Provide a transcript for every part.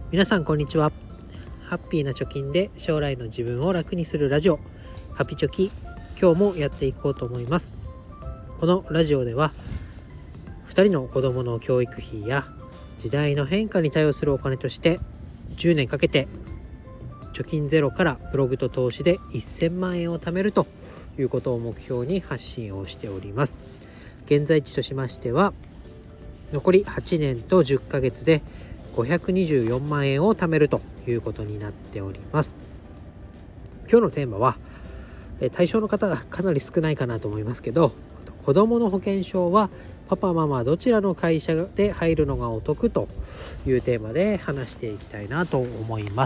皆さんこんにちは。ハッピーな貯金で将来の自分を楽にするラジオ、ハピチョキ、今日もやっていこうと思います。このラジオでは2人の子供の教育費や時代の変化に対応するお金として10年かけて貯金ゼロからブログと投資で1000万円を貯めるということを目標に発信をしております。現在地としましては残り8年と10ヶ月で524万円を貯めるということになっております。今日のテーマは対象の方がかなり少ないかなと思いますけど、子どもの保険証はパパママどちらの会社で入るのがお得というテーマで話していきたいなと思います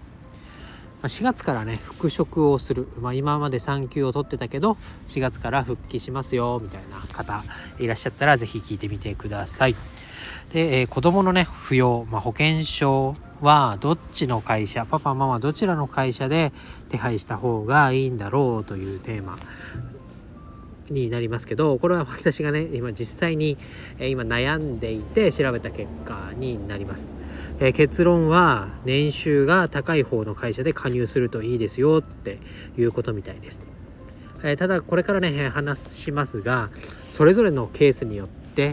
。4月からね復職をする、今まで産休を取ってたけど4月から復帰しますよみたいな方いらっしゃったらぜひ聞いてみてください。で、子どものね扶養、保険証はどっちの会社、パパママどちらの会社で手配した方がいいんだろうというテーマになりますけど、これは私がね今実際に今悩んでいて調べた結果になります。結論は年収が高い方の会社で加入するといいですよっていうことみたいです。ただこれからね話しますが、それぞれのケースによって、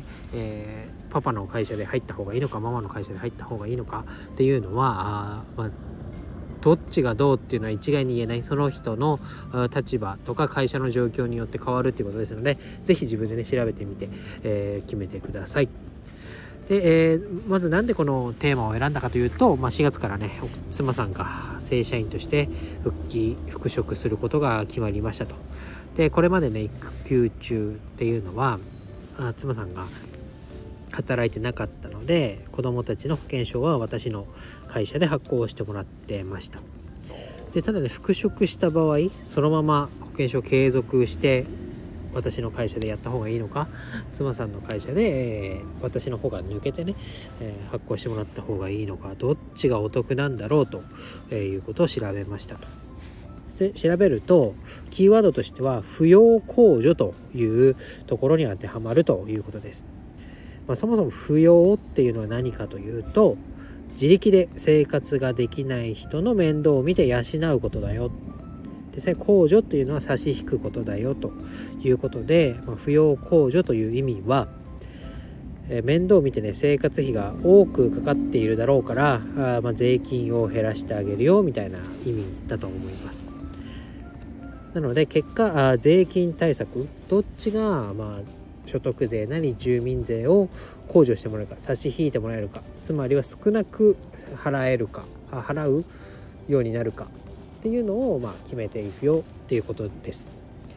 パパの会社で入った方がいいのかママの会社で入った方がいいのかっていうのはどっちがどうっていうのは一概に言えない、その人の立場とか会社の状況によって変わるっていうことですので、ぜひ自分でね調べてみて、決めてください。で、まずなんでこのテーマを選んだかというと、4月からね妻さんが正社員として復職することが決まりましたと。でこれまでね育休中っていうのは妻さんが働いてなかったので、子どもたちの保険証は私の会社で発行してもらってました。でただね復職した場合そのまま保険証を継続して私の会社でやった方がいいのか、妻さんの会社で、私の方が抜けてね、発行してもらった方がいいのか、どっちがお得なんだろうということを調べましたと。で調べるとキーワードとしては扶養控除というところに当てはまるということです。そもそも扶養っていうのは何かというと、自力で生活ができない人の面倒を見て養うことだよ。で控除っていうのは差し引くことだよということで、扶養控除という意味は、面倒を見てね生活費が多くかかっているだろうから税金を減らしてあげるよみたいな意味だと思います。なので結果税金対策どっちが所得税なり住民税を控除してもらえるか、差し引いてもらえるか、つまりは少なく払うようになるかっていうのを決めていくよっていうことです。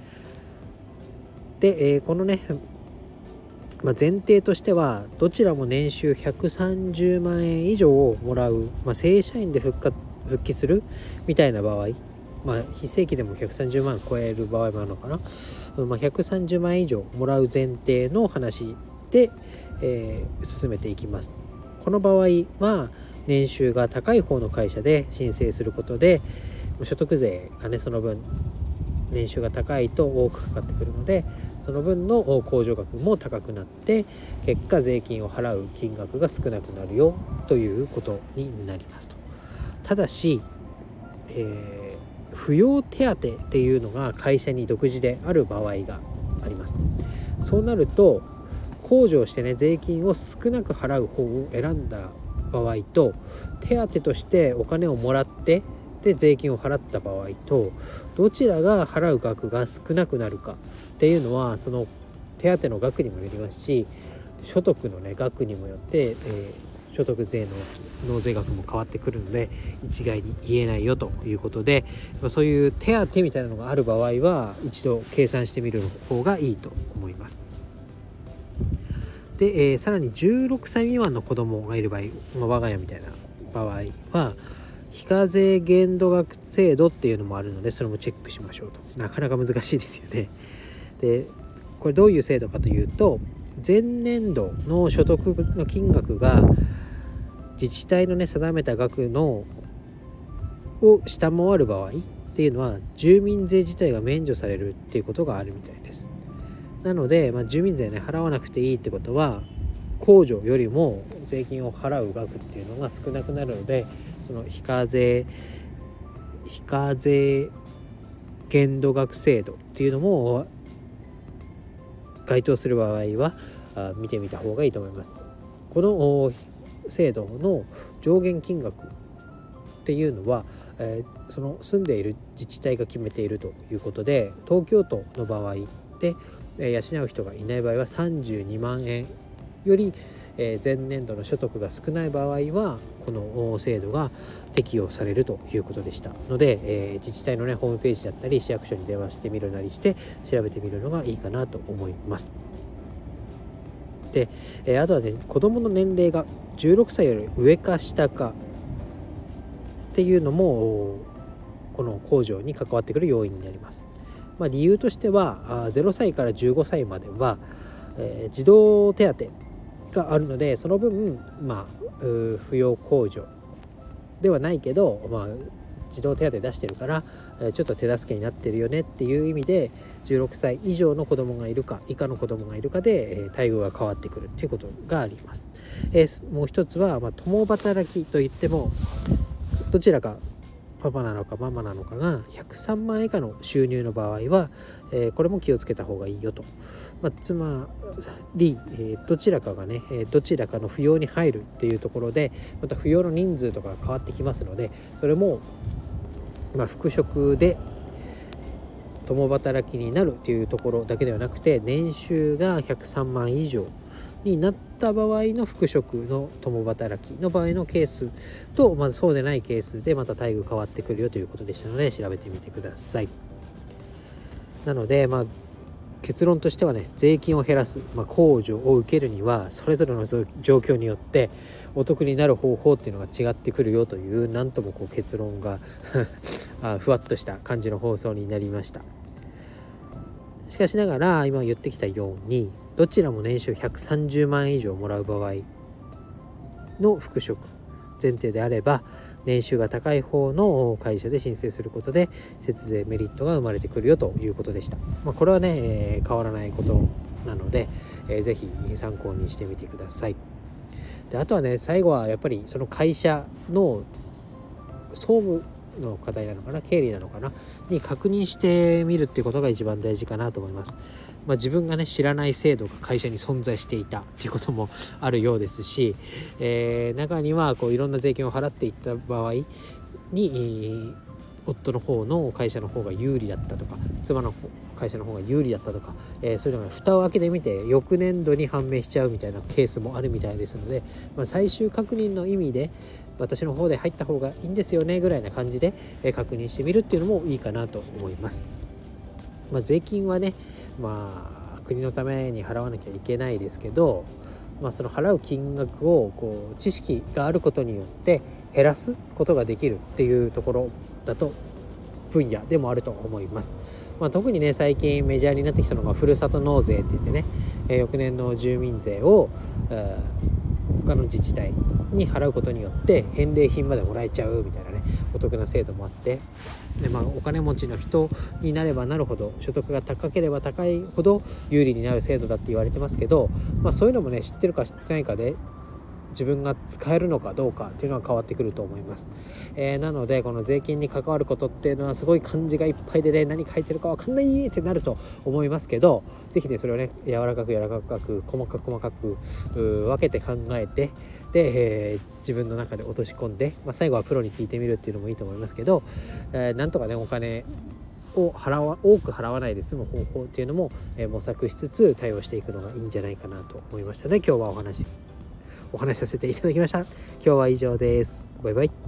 で、このね、前提としてはどちらも年収130万円以上をもらう、正社員で復帰するみたいな場合、非正規でも130万超える場合もあるのかな、130万円以上もらう前提の話で、進めていきます。この場合は年収が高い方の会社で申請することで所得税がねその分年収が高いと多くかかってくるので、その分の控除額も高くなって結果税金を払う金額が少なくなるよということになりますと。ただし、扶養手当っていうのが会社に独自である場合があります。そうなると控除をしてね税金を少なく払う方を選んだ場合と、手当としてお金をもらってで税金を払った場合と、どちらが払う額が少なくなるかっていうのはその手当の額にもよりますし、所得のね額にもよって、所得税の納税額も変わってくるので一概に言えないよということで、そういう手当みたいなのがある場合は一度計算してみる方がいいと思います。で、さらに16歳未満の子供がいる場合、我が家みたいな場合は非課税限度額制度っていうのもあるので、それもチェックしましょうと。なかなか難しいですよね。でこれどういう制度かというと、前年度の所得の金額が自治体のね定めた額のを下回る場合っていうのは住民税自体が免除されるっていうことがあるみたいです。なので、住民税ね払わなくていいってことは控除よりも税金を払う額っていうのが少なくなるので、その非課税限度額制度っていうのも該当する場合は見てみた方がいいと思います。この制度の上限金額っていうのは、その住んでいる自治体が決めているということで、東京都の場合で養う人がいない場合は32万円より前年度の所得が少ない場合はこの制度が適用されるということでしたので、自治体のホームページだったり市役所に電話してみるなりして調べてみるのがいいかなと思います。で、あとはね、子どもの年齢が16歳より上か下かっていうのもこの控除に関わってくる要因になります。理由としては0歳から15歳までは、児童手当があるので、その分扶養控除ではないけど、児童手当出してるからちょっと手助けになってるよねっていう意味で、16歳以上の子供がいるか以下の子供がいるかで待遇が変わってくるということがあります。もう一つは、共働きといってもどちらかパパなのかママなのかが103万円以下の収入の場合は、これも気をつけた方がいいよと。つまり、どちらかがね、どちらかの扶養に入るっていうところで、また扶養の人数とかが変わってきますので、それも復職で共働きになるっていうところだけではなくて、年収が103万以上になった場合の復職の共働きの場合のケースと、そうでないケースでまた待遇変わってくるよということでしたので、調べてみてください。なので結論としてはね、税金を減らす、控除を受けるにはそれぞれの状況によってお得になる方法っていうのが違ってくるよという、なんとも結論がふわっとした感じの放送になりました。しかしながら今言ってきたように、どちらも年収130万円以上もらう場合の復職前提であれば、年収が高い方の会社で申請することで節税メリットが生まれてくるよということでした。これはね、変わらないことなので、ぜひ参考にしてみてください。で、あとはね、最後はやっぱりその会社の総務の課題なのかな、経理なのかなに確認してみるっていうことが一番大事かなと思います。自分がね、知らない制度が会社に存在していたっていうこともあるようですし、中にはいろんな税金を払っていった場合に、夫の方の会社の方が有利だったとか、妻の会社の方が有利だったとか、そういうのが蓋を開けてみて翌年度に判明しちゃうみたいなケースもあるみたいですので、最終確認の意味で私の方で入った方がいいんですよねぐらいな感じで確認してみるっていうのもいいかなと思います。税金はね、国のために払わなきゃいけないですけど、その払う金額を知識があることによって減らすことができるっていうところだと分野でもあると思います。特にね、最近メジャーになってきたのがふるさと納税って言ってね、翌年の住民税を他の自治体に払うことによって返礼品までもらえちゃうみたいなね、お得な制度もあって、で、お金持ちの人になればなるほど、所得が高ければ高いほど有利になる制度だって言われてますけど、そういうのもね、知ってるか知ってないかで自分が使えるのかどうかっていうのは変わってくると思います。なのでこの税金に関わることっていうのはすごい漢字がいっぱいでね、何書いてるか分かんないってなると思いますけど、ぜひね、それをね、柔らかく細かく分けて考えて、で、自分の中で落とし込んで、最後はプロに聞いてみるっていうのもいいと思いますけど、なんとかね、お金を多く払わないで済む方法っていうのも、模索しつつ対応していくのがいいんじゃないかなと思いましたので、今日はお話しさせていただきました。今日は以上です。バイバイ。